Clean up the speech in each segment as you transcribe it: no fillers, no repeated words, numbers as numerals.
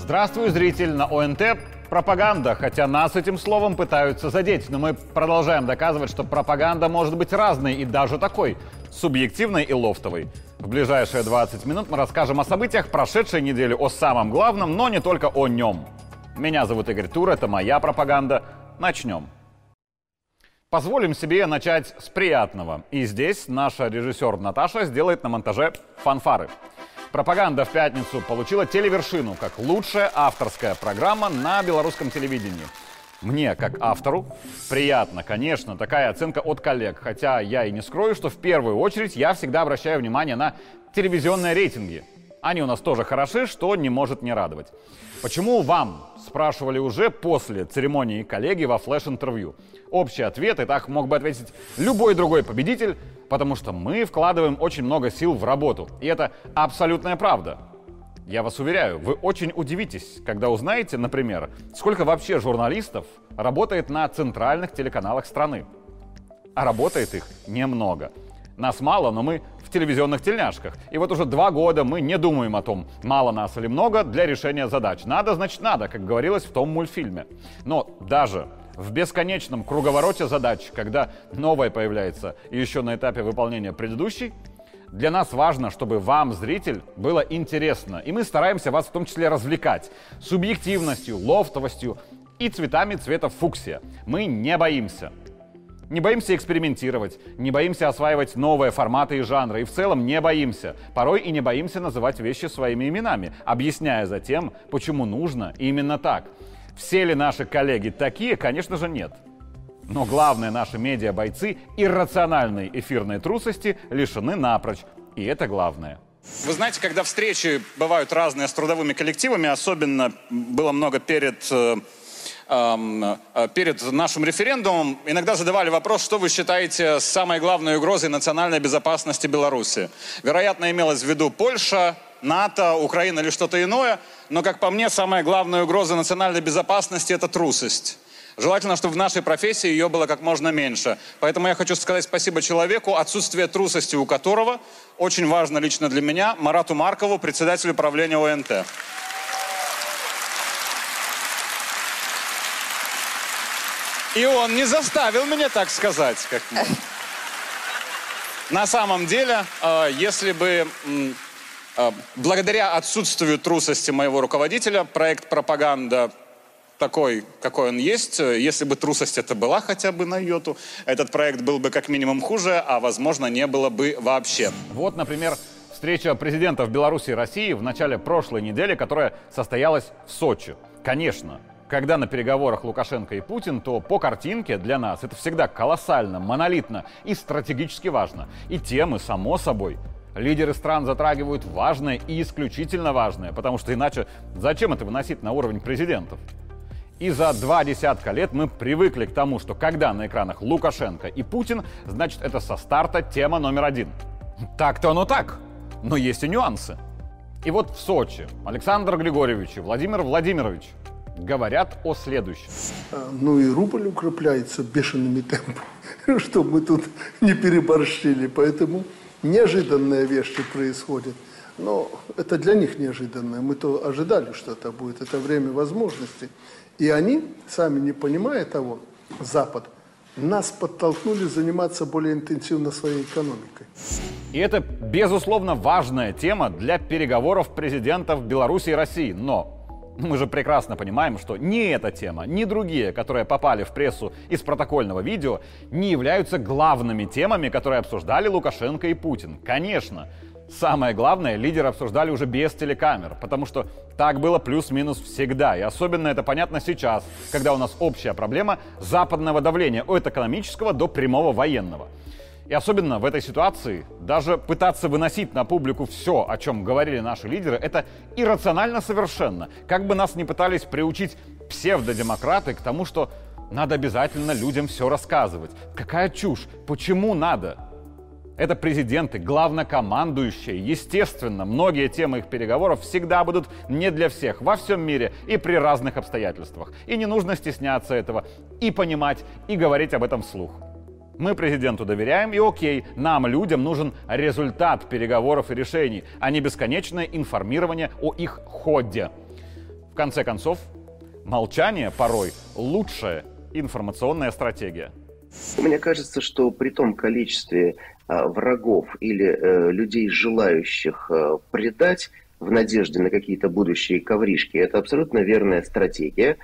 Здравствуй, зритель! На ОНТ пропаганда, хотя нас этим словом пытаются задеть. Но мы продолжаем доказывать, что пропаганда может быть разной и даже такой, субъективной и лофтовой. В ближайшие 20 минут мы расскажем о событиях прошедшей недели, о самом главном, но не только о нем. Меня зовут Игорь Тур, это моя пропаганда. Начнем. Позволим себе начать с приятного. И здесь наша режиссер Наташа сделает на монтаже фанфары. «Пропаганда» в пятницу получила телевершину как лучшая авторская программа на белорусском телевидении. Мне, как автору, приятно, конечно, такая оценка от коллег. Хотя я и не скрою, что в первую очередь я всегда обращаю внимание на телевизионные рейтинги. Они у нас тоже хороши, что не может не радовать. Почему вам, спрашивали уже после церемонии коллеги во флеш-интервью. Общий ответ, и так мог бы ответить любой другой победитель, потому что мы вкладываем очень много сил в работу. И это абсолютная правда. Я вас уверяю, вы очень удивитесь, когда узнаете, например, сколько вообще журналистов работает на центральных телеканалах страны. А работает их немного. Нас мало, но мы в телевизионных тельняшках. И вот уже 2 года мы не думаем о том, мало нас или много, для решения задач. Надо, значит надо, как говорилось в том мультфильме. Но даже в бесконечном круговороте задач, когда новое появляется и еще на этапе выполнения предыдущей, для нас важно, чтобы вам, зритель, было интересно. И мы стараемся вас в том числе развлекать субъективностью, лофтовостью и цветами цвета фуксия. Мы не боимся. Не боимся экспериментировать, не боимся осваивать новые форматы и жанры, и в целом не боимся. Порой и не боимся называть вещи своими именами, объясняя затем, почему нужно именно так. Все ли наши коллеги такие? Конечно же, нет. Но главное, наши медиа-бойцы иррациональной эфирной трусости лишены напрочь. И это главное. Вы знаете, когда встречи бывают разные с трудовыми коллективами, особенно было много перед нашим референдумом, иногда задавали вопрос, что вы считаете самой главной угрозой национальной безопасности Беларуси. Вероятно, имелось в виду Польша, НАТО, Украина или что-то иное, но, как по мне, самая главная угроза национальной безопасности – это трусость. Желательно, чтобы в нашей профессии ее было как можно меньше. Поэтому я хочу сказать спасибо человеку, отсутствие трусости у которого очень важно лично для меня, Марату Маркову, председателю правления ОНТ. И он не заставил меня так сказать. Как... На самом деле, если бы благодаря отсутствию трусости моего руководителя проект «Пропаганда» такой, какой он есть, если бы трусость это была хотя бы на йоту, этот проект был бы как минимум хуже, а возможно не было бы вообще. Вот, например, встреча президентов Беларуси и России в начале прошлой недели, которая состоялась в Сочи. Конечно, когда на переговорах Лукашенко и Путин, то по картинке для нас это всегда колоссально, монолитно и стратегически важно. И темы, само собой, лидеры стран затрагивают важное и исключительно важное, потому что иначе зачем это выносить на уровень президентов? И за 20 лет мы привыкли к тому, что когда на экранах Лукашенко и Путин, значит это со старта тема номер 1. Так-то оно так, но есть и нюансы. И вот в Сочи Александр Григорьевич и Владимир Владимирович говорят о следующем. Ну и рубль укрепляется бешеными темпами, чтобы мы тут не переборщили. Поэтому неожиданные вещи происходят. Но это для них неожиданное. Мы-то ожидали, что это будет. Это время возможностей. И они, сами не понимая того, Запад, нас подтолкнули заниматься более интенсивно своей экономикой. И это, безусловно, важная тема для переговоров президентов Беларуси и России. Но мы же прекрасно понимаем, что ни эта тема, ни другие, которые попали в прессу из протокольного видео, не являются главными темами, которые обсуждали Лукашенко и Путин. Конечно, самое главное, лидеры обсуждали уже без телекамер, потому что так было плюс-минус всегда. И особенно это понятно сейчас, когда у нас общая проблема западного давления от экономического до прямого военного. И особенно в этой ситуации даже пытаться выносить на публику все, о чем говорили наши лидеры, это иррационально совершенно. Как бы нас ни пытались приучить псевдодемократы к тому, что надо обязательно людям все рассказывать. Какая чушь? Почему надо? Это президенты, главнокомандующие. Естественно, многие темы их переговоров всегда будут не для всех во всем мире и при разных обстоятельствах. И не нужно стесняться этого, и понимать, и говорить об этом вслух. Мы президенту доверяем, и окей, нам, людям, нужен результат переговоров и решений, а не бесконечное информирование о их ходе. В конце концов, молчание порой лучшая информационная стратегия. Мне кажется, что при том количестве врагов или людей, желающих предать в надежде на какие-то будущие ковришки, это абсолютно верная стратегия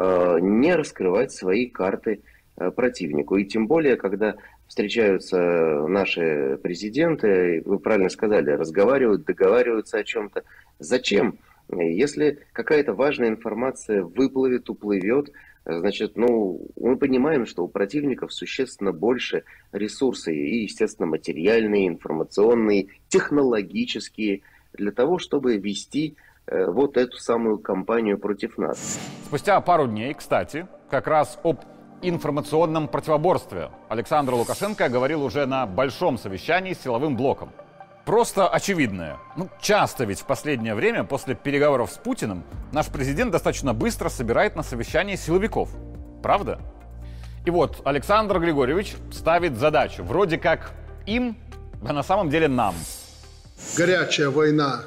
не раскрывать свои карты противнику. И тем более, когда встречаются наши президенты, вы правильно сказали, разговаривают, договариваются о чем-то. Зачем? Если какая-то важная информация выплывет, уплывет, значит, мы понимаем, что у противников существенно больше ресурсов, и, естественно, материальные, информационные, технологические, для того, чтобы вести вот эту самую кампанию против нас. Спустя пару дней, кстати, как раз об информационном противоборстве Александр Лукашенко говорил уже на большом совещании с силовым блоком. Просто очевидное. Часто ведь в последнее время, после переговоров с Путиным, наш президент достаточно быстро собирает на совещание силовиков. Правда? И вот Александр Григорьевич ставит задачу. Вроде как им, а на самом деле нам. Горячая война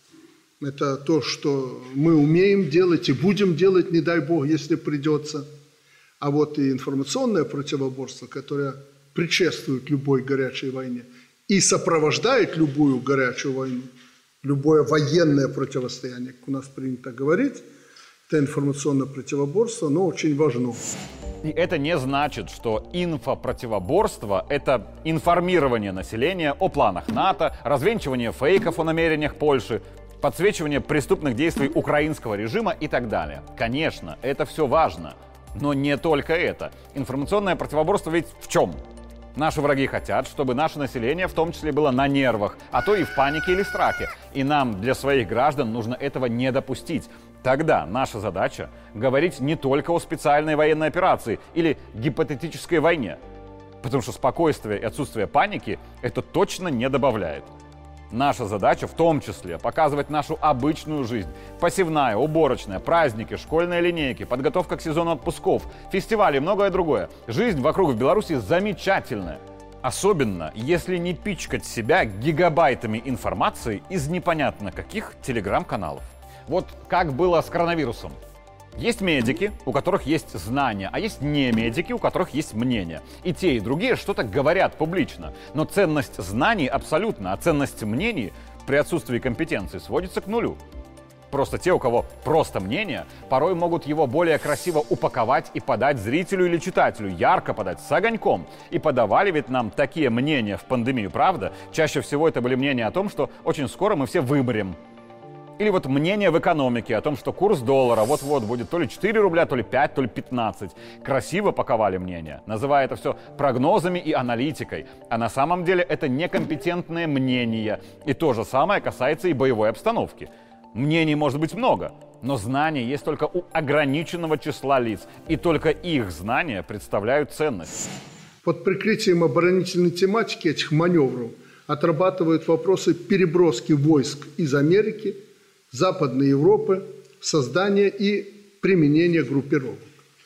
– это то, что мы умеем делать и будем делать, не дай бог, если придется. А вот и информационное противоборство, которое предшествует любой горячей войне и сопровождает любую горячую войну, любое военное противостояние, как у нас принято говорить, это информационное противоборство, оно очень важно. И это не значит, что инфопротивоборство – это информирование населения о планах НАТО, развенчивание фейков о намерениях Польши, подсвечивание преступных действий украинского режима и так далее. Конечно, это все важно. Но не только это. Информационное противоборство ведь в чем? Наши враги хотят, чтобы наше население в том числе было на нервах, а то и в панике или страхе. И нам для своих граждан нужно этого не допустить. Тогда наша задача – говорить не только о специальной военной операции или гипотетической войне. Потому что спокойствие и отсутствие паники это точно не добавляет. Наша задача в том числе показывать нашу обычную жизнь. Посевная, уборочная, праздники, школьные линейки, подготовка к сезону отпусков, фестивали и многое другое. Жизнь вокруг в Беларуси замечательная. Особенно, если не пичкать себя гигабайтами информации из непонятно каких телеграм-каналов. Вот как было с коронавирусом. Есть медики, у которых есть знания, а есть не медики, у которых есть мнение. И те, и другие что-то говорят публично. Но ценность знаний абсолютно, а ценность мнений при отсутствии компетенции сводится к нулю. Просто те, у кого просто мнение, порой могут его более красиво упаковать и подать зрителю или читателю, ярко подать, с огоньком. И подавали ведь нам такие мнения в пандемию, правда? Чаще всего это были мнения о том, что очень скоро мы все вымрем. Или вот мнение в экономике о том, что курс доллара вот-вот будет то ли 4 рубля, то ли 5, то ли 15. Красиво паковали мнение, называя это все прогнозами и аналитикой. А на самом деле это некомпетентное мнение. И то же самое касается и боевой обстановки. Мнений может быть много, но знания есть только у ограниченного числа лиц. И только их знания представляют ценность. Под прикрытием оборонительной тематики этих маневров отрабатывают вопросы переброски войск из Америки, Западной Европы, создания и применения группировок.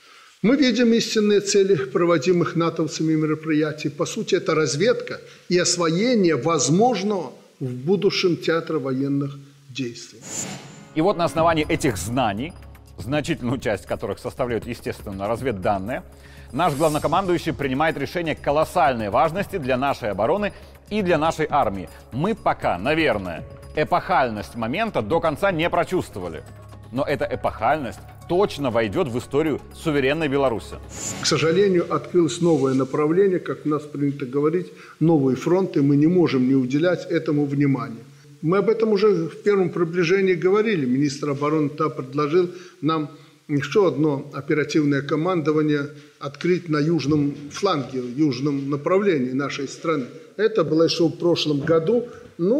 Мы видим истинные цели проводимых натовцами мероприятий. По сути, это разведка и освоение возможного в будущем театра военных действий. И вот на основании этих знаний, значительную часть которых составляют, естественно, разведданные, наш главнокомандующий принимает решение колоссальной важности для нашей обороны и для нашей армии. Мы пока, наверное, эпохальность момента до конца не прочувствовали. Но эта эпохальность точно войдет в историю суверенной Беларуси. К сожалению, открылось новое направление, как у нас принято говорить, новые фронты. Мы не можем не уделять этому внимания. Мы об этом уже в первом приближении говорили. Министр обороны предложил нам еще одно оперативное командование открыть на южном фланге, южном направлении нашей страны. Это было еще в прошлом году.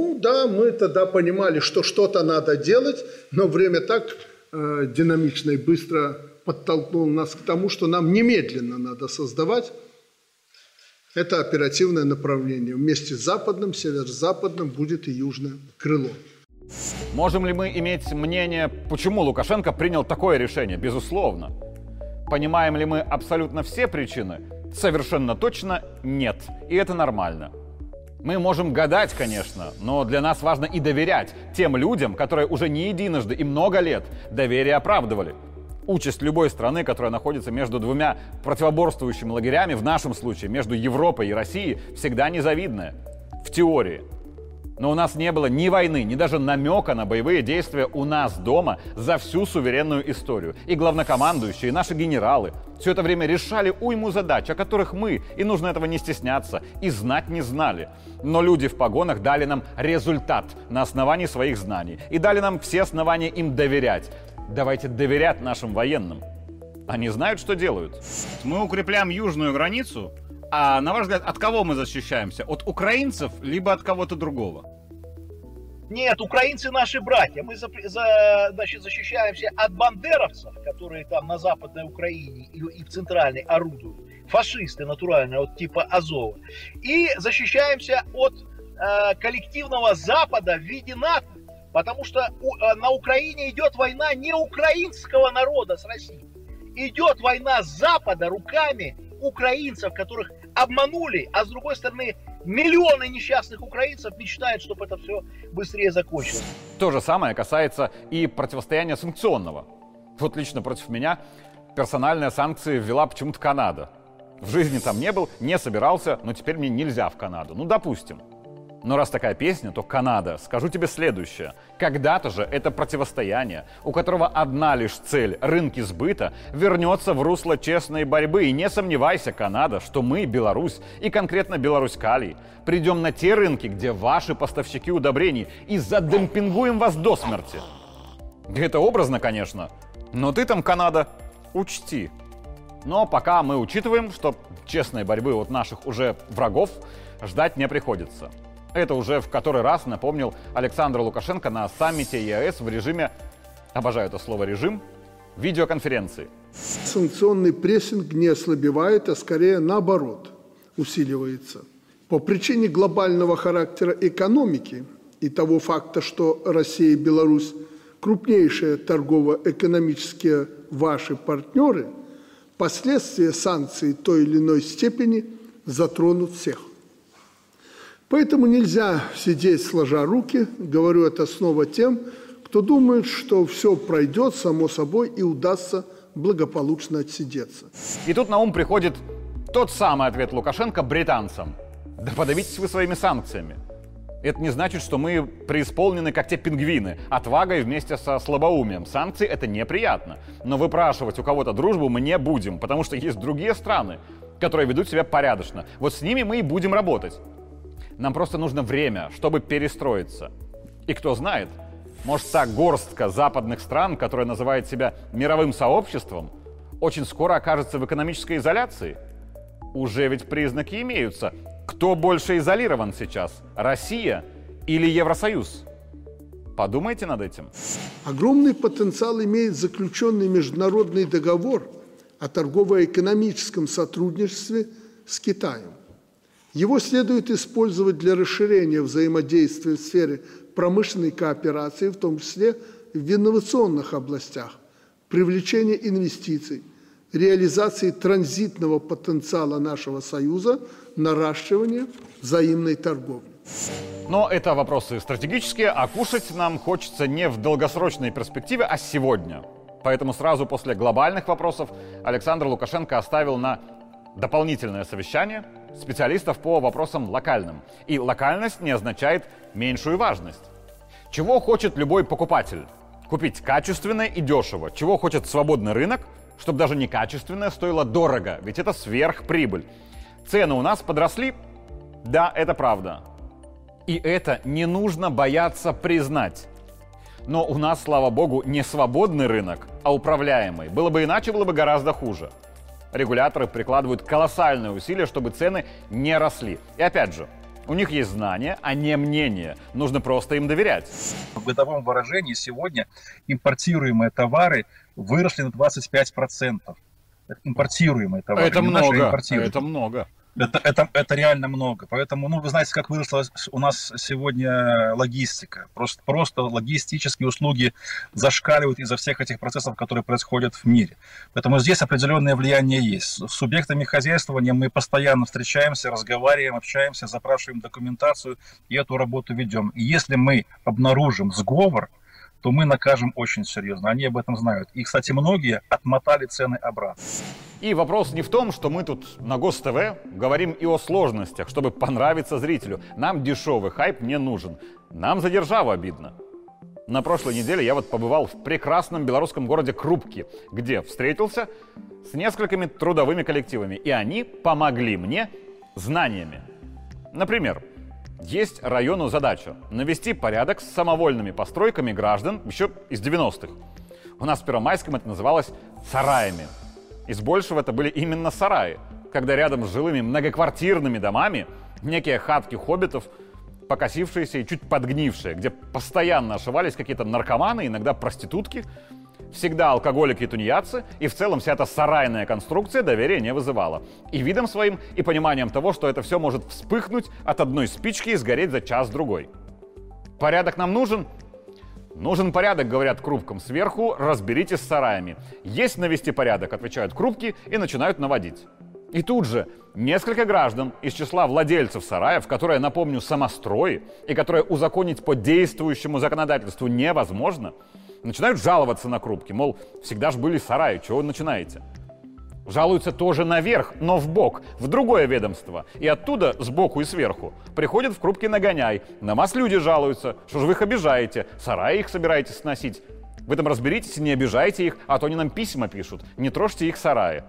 Мы тогда понимали, что что-то надо делать, но время так динамично и быстро подтолкнуло нас к тому, что нам немедленно надо создавать это оперативное направление. Вместе с западным, северо-западным будет и южное крыло. Можем ли мы иметь мнение, почему Лукашенко принял такое решение? Безусловно. Понимаем ли мы абсолютно все причины? Совершенно точно нет. И это нормально. Мы можем гадать, конечно, но для нас важно и доверять тем людям, которые уже не единожды и много лет доверие оправдывали. Участь любой страны, которая находится между двумя противоборствующими лагерями, в нашем случае между Европой и Россией, всегда незавидная. В теории. Но у нас не было ни войны, ни даже намека на боевые действия у нас дома за всю суверенную историю. И главнокомандующие, и наши генералы все это время решали уйму задач, о которых мы, и нужно этого не стесняться, и знать не знали. Но люди в погонах дали нам результат на основании своих знаний. И дали нам все основания им доверять. Давайте доверять нашим военным. Они знают, что делают. Мы укрепляем южную границу. А на ваш взгляд, от кого мы защищаемся? От украинцев, либо от кого-то другого? Нет, украинцы наши братья. Мы значит, защищаемся от бандеровцев, которые там на Западной Украине и в Центральной орудуют. Фашисты натурально, от типа Азова. И защищаемся от коллективного Запада в виде НАТО. Потому что на Украине идет война не украинского народа с Россией. Идет война с Запада руками украинцев, которых обманули, а с другой стороны миллионы несчастных украинцев мечтают, чтобы это все быстрее закончилось. То же самое касается и противостояния санкционного. Вот лично против меня персональные санкции ввела почему-то Канада. В жизни там не был, не собирался, но теперь мне нельзя в Канаду. Ну, допустим. Но раз такая песня, то Канада, скажу тебе следующее. Когда-то же это противостояние, у которого одна лишь цель – рынки сбыта, вернется в русло честной борьбы. И не сомневайся, Канада, что мы, Беларусь, и конкретно Беларусь-Калий, придем на те рынки, где ваши поставщики удобрений, и задемпингуем вас до смерти. Это образно, конечно, но ты там, Канада, учти. Но пока мы учитываем, что честной борьбы от наших уже врагов ждать не приходится. Это уже в который раз напомнил Александр Лукашенко на саммите ЕАЭС в режиме, обожаю это слово режим, видеоконференции. Санкционный прессинг не ослабевает, а скорее наоборот усиливается. По причине глобального характера экономики и того факта, что Россия и Беларусь крупнейшие торгово-экономические ваши партнеры, последствия санкций той или иной степени затронут всех. Поэтому нельзя сидеть сложа руки, говорю это снова тем, кто думает, что все пройдет само собой и удастся благополучно отсидеться. И тут на ум приходит тот самый ответ Лукашенко британцам. Да подавитесь вы своими санкциями. Это не значит, что мы преисполнены, как те пингвины, отвагой вместе со слабоумием. Санкции — это неприятно. Но выпрашивать у кого-то дружбу мы не будем, потому что есть другие страны, которые ведут себя порядочно. Вот с ними мы и будем работать. Нам просто нужно время, чтобы перестроиться. И кто знает, может, та горстка западных стран, которая называет себя мировым сообществом, очень скоро окажется в экономической изоляции. Уже ведь признаки имеются. Кто больше изолирован сейчас? Россия или Евросоюз? Подумайте над этим. Огромный потенциал имеет заключенный международный договор о торгово-экономическом сотрудничестве с Китаем. Его следует использовать для расширения взаимодействия в сфере промышленной кооперации, в том числе в инновационных областях, привлечения инвестиций, реализации транзитного потенциала нашего Союза, наращивания взаимной торговли. Но это вопросы стратегические, а кушать нам хочется не в долгосрочной перспективе, а сегодня. Поэтому сразу после глобальных вопросов Александр Лукашенко оставил на дополнительное совещание специалистов по вопросам локальным. И локальность не означает меньшую важность. Чего хочет любой покупатель? Купить качественное и дешево. Чего хочет свободный рынок? Чтобы даже некачественное стоило дорого, ведь это сверхприбыль. Цены у нас подросли? Да, это правда. И это не нужно бояться признать. Но у нас, слава богу, не свободный рынок, а управляемый. Было бы иначе, было бы гораздо хуже. Регуляторы прикладывают колоссальные усилия, чтобы цены не росли. И опять же, у них есть знания, а не мнение. Нужно просто им доверять. В бытовом выражении сегодня импортируемые товары выросли на 25%. Импортируемые товары. Это много. Это много. Это реально много. Поэтому, ну, вы знаете, как выросла у нас сегодня логистика. Просто логистические услуги зашкаливают из-за всех этих процессов, которые происходят в мире. Поэтому здесь определенное влияние есть. С субъектами хозяйствования мы постоянно встречаемся, разговариваем, общаемся, запрашиваем документацию и эту работу ведем. И если мы обнаружим сговор, то мы накажем очень серьезно. Они об этом знают. И, кстати, многие отмотали цены обратно. И вопрос не в том, что мы тут на Гос-ТВ говорим и о сложностях, чтобы понравиться зрителю. Нам дешевый хайп не нужен. Нам за державу обидно. На прошлой неделе я вот побывал в прекрасном белорусском городе Крупки, где встретился с несколькими трудовыми коллективами. И они помогли мне знаниями. Например, есть району задача навести порядок с самовольными постройками граждан еще из 90-х. У нас в Первомайском это называлось сараями. Из большего это были именно сараи, когда рядом с жилыми многоквартирными домами некие хатки хоббитов, покосившиеся и чуть подгнившие, где постоянно ошивались какие-то наркоманы, иногда проститутки, всегда алкоголики и тунеядцы, и в целом вся эта сарайная конструкция доверия не вызывала. И видом своим, и пониманием того, что это все может вспыхнуть от одной спички и сгореть за час-другой. Порядок нам нужен? Нужен порядок, говорят Крупкам. Сверху разберитесь с сараями. Есть навести порядок, отвечают Крупки и начинают наводить. И тут же несколько граждан из числа владельцев сараев, которые, напомню, самострои, и которые узаконить по действующему законодательству невозможно, начинают жаловаться на Крупки, мол, всегда же были сараи, чего вы начинаете? Жалуются тоже наверх, но вбок, в другое ведомство. И оттуда, сбоку и сверху, приходят в Крупки нагоняй. На вас люди жалуются, что же вы их обижаете, сараи их собираетесь сносить. Вы там разберитесь и не обижайте их, а то они нам письма пишут, не трожьте их сараи.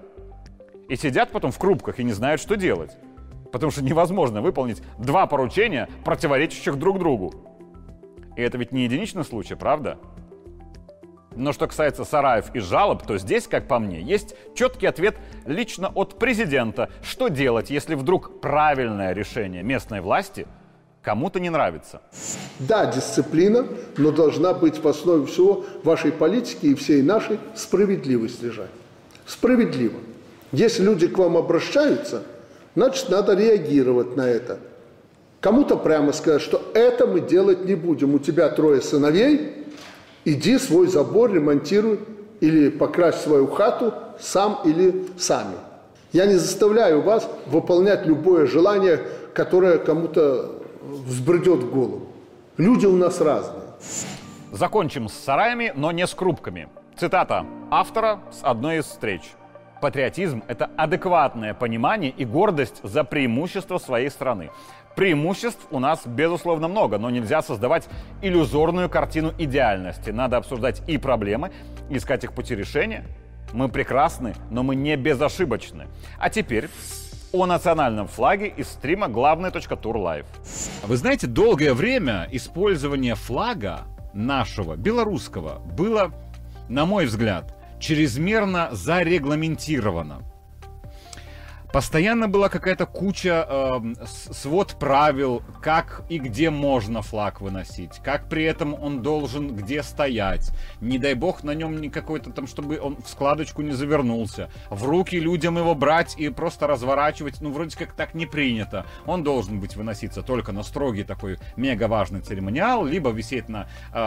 И сидят потом в Крупках и не знают, что делать. Потому что невозможно выполнить два поручения, противоречащих друг другу. И это ведь не единичный случай, правда? Но что касается сараев и жалоб, то здесь, как по мне, есть четкий ответ лично от президента. Что делать, если вдруг правильное решение местной власти кому-то не нравится? Да, дисциплина, но должна быть в основе всего вашей политики и всей нашей справедливость лежать. Справедливо. Если люди к вам обращаются, значит, надо реагировать на это. Кому-то прямо сказать, что это мы делать не будем. У тебя 3 сыновей, иди свой забор ремонтируй или покрась свою хату сам или сами. Я не заставляю вас выполнять любое желание, которое кому-то взбредет в голову. Люди у нас разные. Закончим с сараями, но не с Крупками. Цитата автора с одной из встреч. Патриотизм – это адекватное понимание и гордость за преимущество своей страны. Преимуществ у нас, безусловно, много, но нельзя создавать иллюзорную картину идеальности. Надо обсуждать и проблемы, искать их пути решения. Мы прекрасны, но мы не безошибочны. А теперь о национальном флаге из стрима «Главное.тур Лайв». Вы знаете, долгое время использование флага нашего, белорусского, было, на мой взгляд, чрезмерно зарегламентировано. Постоянно была какая-то куча свод правил, как и где можно флаг выносить, как при этом он должен где стоять. Не дай бог на нем не какой-то там, чтобы он в складочку не завернулся. В руки людям его брать и просто разворачивать, ну вроде как так не принято. Он должен быть выноситься только на строгий такой мега важный церемониал, либо висеть на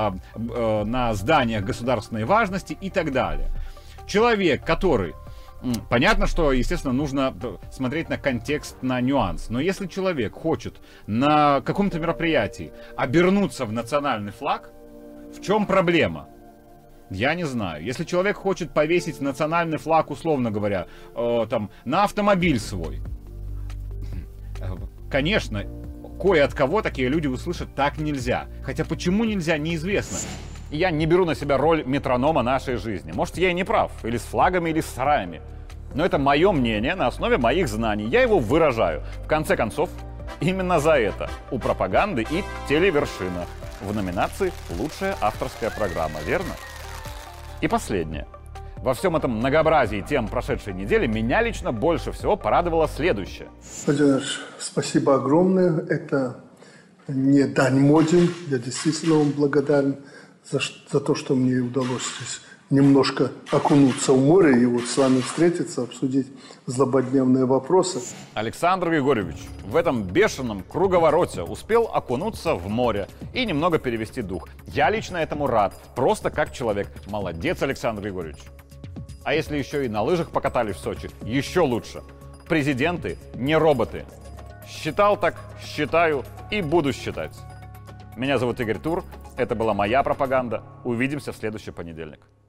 зданиях государственной важности и так далее. Человек, который... Понятно, что, естественно, нужно смотреть на контекст, на нюанс. Но если человек хочет на каком-то мероприятии обернуться в национальный флаг, в чем проблема? Я не знаю. Если человек хочет повесить национальный флаг, условно говоря, там, на автомобиль свой, конечно, кое от кого такие люди услышат, так нельзя. Хотя почему нельзя, неизвестно. Я не беру на себя роль метронома нашей жизни. Может, я и не прав, или с флагами, или с сараями. Но это мое мнение на основе моих знаний. Я его выражаю. В конце концов, именно за это у пропаганды и телевершина в номинации «Лучшая авторская программа», верно? И последнее. Во всем этом многообразии тем прошедшей недели меня лично больше всего порадовало следующее. Владимир, спасибо огромное. Это не дань моде. Я действительно вам благодарен за то, что мне удалось здесь немножко окунуться в море и вот с вами встретиться, обсудить злободневные вопросы. Александр Григорьевич в этом бешеном круговороте успел окунуться в море и немного перевести дух. Я лично этому рад, просто как человек. Молодец, Александр Григорьевич. А если еще и на лыжах покатались в Сочи, еще лучше. Президенты не роботы. Считал так, считаю и буду считать. Меня зовут Игорь Тур. Это была моя пропаганда. Увидимся в следующий понедельник.